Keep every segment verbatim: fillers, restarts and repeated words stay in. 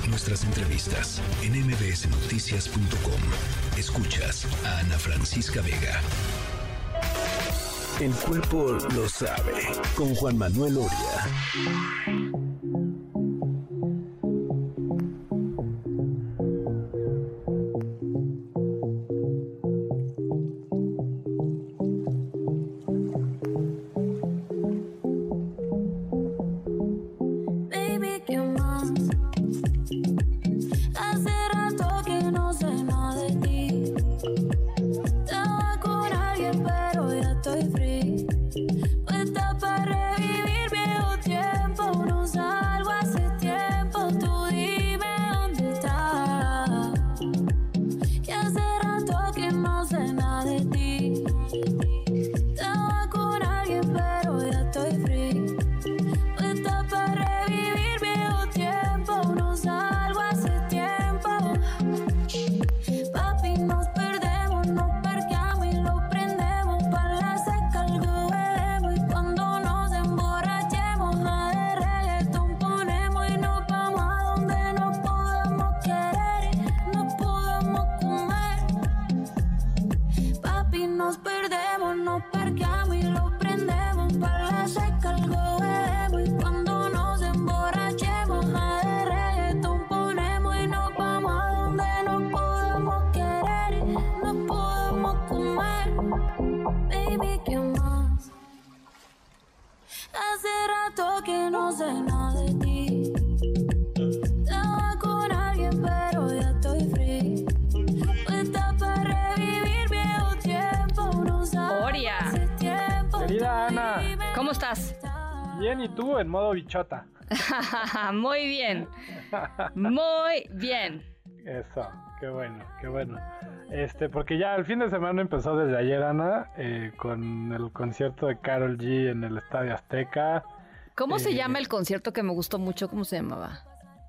nuestras entrevistas en m b s noticias punto com. Escuchas a Ana Francisca Vega. El cuerpo lo sabe, con Juan Manuel Oria. ¿Cómo estás? Bien, ¿y tú? En modo bichota. Muy bien. Muy bien. Eso, qué bueno, qué bueno. Este, porque ya el fin de semana empezó desde ayer, Ana, eh, con el concierto de Karol G en el Estadio Azteca. ¿Cómo eh, se llama el concierto que me gustó mucho? ¿Cómo se llamaba?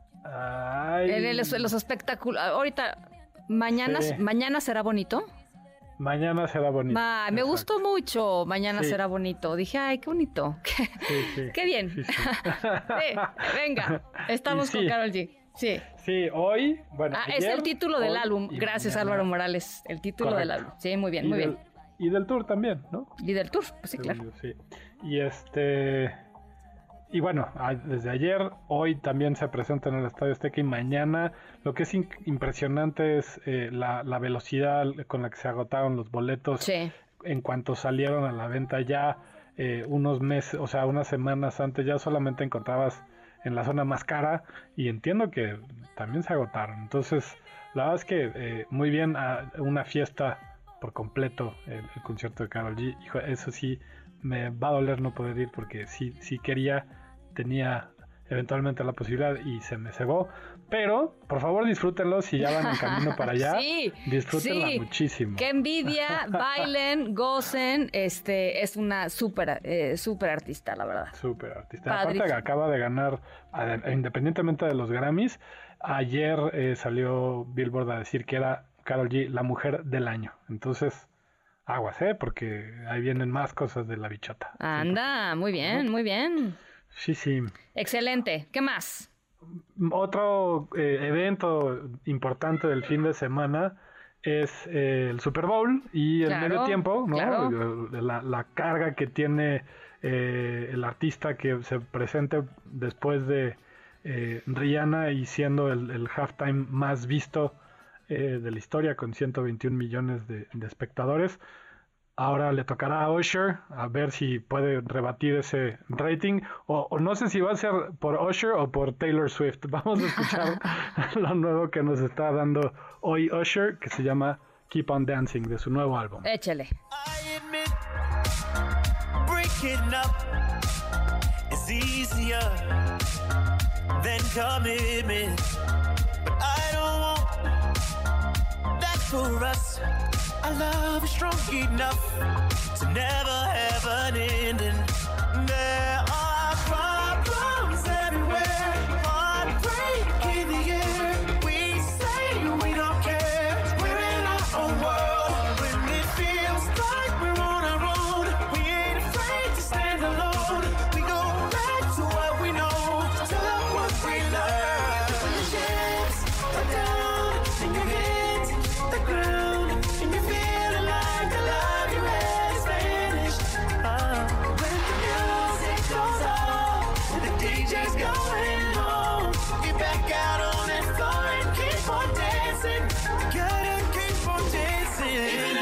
Ay. En el, los espectáculos. Ahorita, mañana, sí. ¿Mañana será bonito? Mañana será bonito. Ah, me gustó mucho. Mañana sí. será bonito. Dije, ay, qué bonito. Qué, sí, sí. qué bien. Sí, sí. Sí, venga, estamos sí. con Karol G. Sí. Sí, hoy, bueno. Ah, ayer, es el título del álbum. Gracias, mañana. Álvaro Morales. El título Correcto. del álbum. Sí, muy bien, y muy del, bien. Y del tour también, ¿no? Y del tour, pues sí, Según claro. Yo, sí. Y este. Y bueno, desde ayer, hoy también se presenta en el Estadio Azteca y mañana. Lo que es in- impresionante es eh, la, la velocidad con la que se agotaron los boletos sí. en cuanto salieron a la venta ya eh, unos meses, o sea, unas semanas antes ya solamente encontrabas en la zona más cara y entiendo que también se agotaron. Entonces, la verdad es que eh, muy bien, a una fiesta por completo el, el concierto de Karol G. Hijo, eso sí, me va a doler no poder ir porque sí, sí quería, tenía eventualmente la posibilidad y se me cebó, pero por favor disfrútenlo si ya van en camino para allá, sí, disfrútenla sí. muchísimo. Qué envidia, bailen, gocen, este es una súper eh, súper artista, la verdad. Súper artista. Padrísimo. Aparte acaba de ganar, independientemente de los Grammys, ayer eh, salió Billboard a decir que era Karol G la mujer del año, entonces aguas, ¿eh? Porque ahí vienen más cosas de la bichota. Anda, muy bien, muy bien. Sí, sí. Excelente. ¿Qué más? Otro eh, evento importante del fin de semana es eh, el Super Bowl y el claro, medio tiempo, ¿no? Claro. La, la carga que tiene eh, el artista que se presente después de eh, Rihanna y siendo el, el halftime más visto eh, de la historia con ciento veintiún millones de, de espectadores. Ahora le tocará a Usher a ver si puede rebatir ese rating o, o no sé si va a ser por Usher o por Taylor Swift. Vamos a escuchar lo nuevo que nos está dando hoy Usher, que se llama Keep on Dancing, de su nuevo álbum. Échale. I admit, breaking up is easier than commitment, but I don't want that for us. Our love is strong enough to never have an ending. There are problems everywhere, heartbreak in the air. We say we don't care, we're in our own world. When it feels like we're on our own, we ain't afraid to stand alone. We go back to what we know, to love what we learn. Yeah.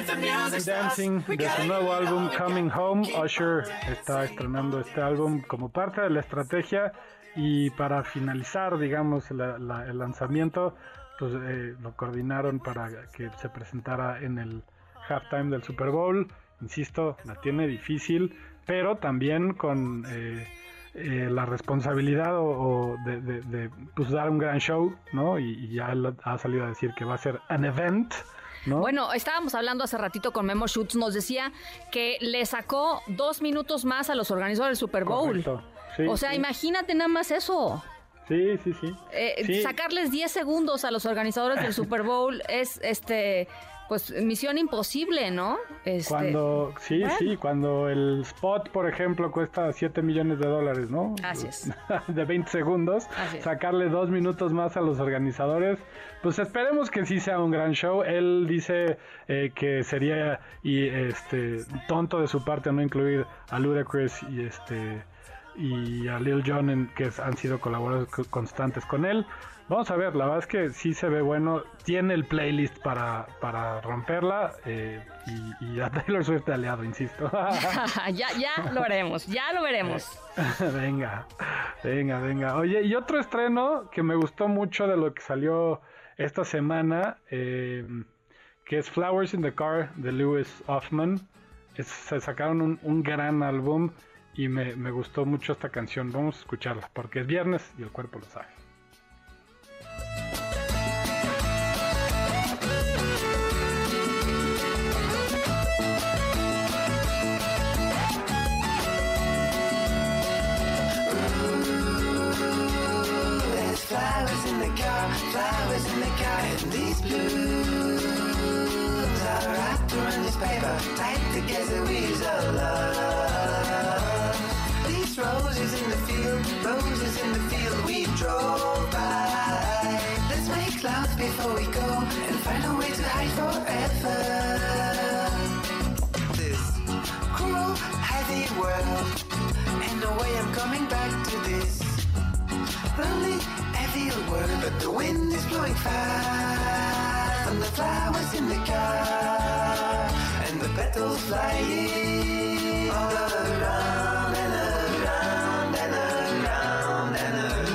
Dancing, de su nuevo álbum Coming Home. Usher está estrenando este álbum como parte de la estrategia, y para finalizar, digamos, la, la, el lanzamiento, pues eh, lo coordinaron para que se presentara en el halftime del Super Bowl. Insisto, la tiene difícil, pero también con eh, eh, la responsabilidad o, o de, de, de pues, dar un gran show, ¿no? Y, y ya él ha salido a decir que va a ser an event, ¿no? Bueno, estábamos hablando hace ratito con Memo Schutz, nos decía que le sacó dos minutos más a los organizadores del Super Bowl. Correcto. Sí, o sea, sí. Imagínate nada más eso. Sí, sí, sí. Eh, sí. Sacarles diez segundos a los organizadores del Super Bowl es, este, pues, misión imposible, ¿no? Este, Cuando, sí, bueno. sí, cuando el spot, por ejemplo, cuesta siete millones de dólares, ¿no? Así es. De veinte segundos, Así es. sacarle dos minutos más a los organizadores, pues esperemos que sí sea un gran show. Él dice eh, que sería y este tonto de su parte no incluir a Ludacris y este y a Lil Jon, en, que han sido colaboradores constantes con él. Vamos a ver, la verdad es que sí se ve bueno, tiene el playlist para, para romperla, eh, y, y a Taylor Swift de aliado, insisto. ya, ya lo veremos, ya lo veremos. venga, venga, venga. Oye, y otro estreno que me gustó mucho de lo que salió esta semana, eh, que es Flowers in the Car de Lewis Hoffman. Es, se sacaron un, un gran álbum y me, me gustó mucho esta canción. Vamos a escucharla porque es viernes y el cuerpo lo sabe. Flowers in the car, flowers in the car, and these blues are wrapped around this paper, tied together with a love. These roses in the field, roses in the field we drove by. Let's make love before we go and find a way to hide forever. This cruel, heavy world, and no way I'm coming back to this. Lonely, heavy world, but the wind is blowing fast, and the flowers in the car, and the petals flying all around and around and around and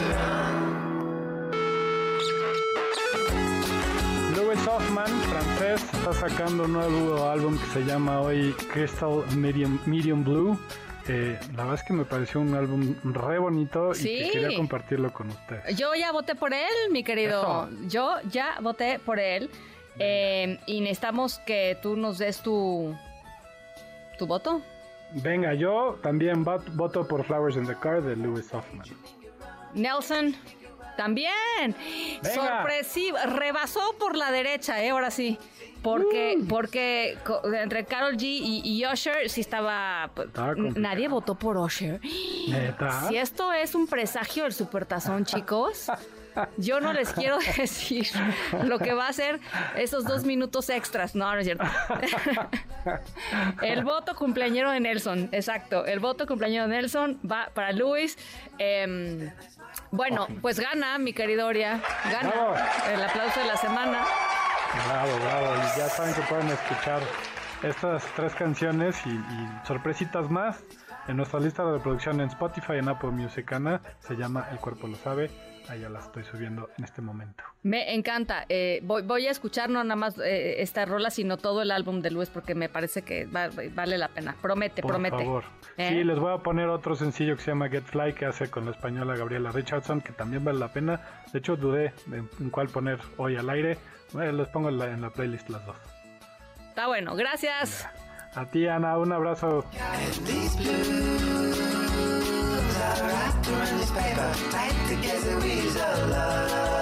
around. Lewis Hoffman, francés, está sacando un nuevo álbum que se llama hoy Crystal Medium, Medium Blue. Eh, la verdad es que me pareció un álbum re bonito, Sí. y que quería compartirlo con ustedes. Yo ya voté por él, mi querido. Eso. Yo ya voté por él. Eh, y necesitamos que tú nos des tu, tu voto. Venga, yo también vot- voto por Flowers in the Car de Lewis Hoffman. Nelson, también. Venga. Sorpresivo. Rebasó por la derecha, eh, ahora sí. Porque, Mm. porque co- entre Karol G y, y Usher sí estaba... pues, Estaba complicado. nadie votó por Usher. ¿Neta? Si esto es un presagio del Supertazón, chicos, yo no les quiero decir lo que va a ser esos dos minutos extras. No, no es cierto. El voto cumpleañero de Nelson, exacto. El voto cumpleañero de Nelson va para Luis. Eh, bueno, pues gana, mi querido Oria. Gana Bravo. el aplauso de la semana. Bravo, bravo. Y ya saben que pueden escuchar estas tres canciones y, y sorpresitas más en nuestra lista de reproducción en Spotify, en Apple Music, Ana. Se llama El Cuerpo Lo Sabe. Allá la estoy subiendo en este momento. Me encanta. Eh, voy, voy a escuchar no nada más eh, esta rola, sino todo el álbum de Luis, porque me parece que va- vale la pena. Promete, Por promete. favor. ¿Eh? Sí, les voy a poner otro sencillo que se llama Get Fly, que hace con la española Gabriela Richardson, que también vale la pena. De hecho, dudé en, en cuál poner hoy al aire. Bueno, les pongo en la, en la playlist las dos. Está bueno, gracias. A ti, Ana, un abrazo. And these blues are wrapped around this paper, tied together with a love.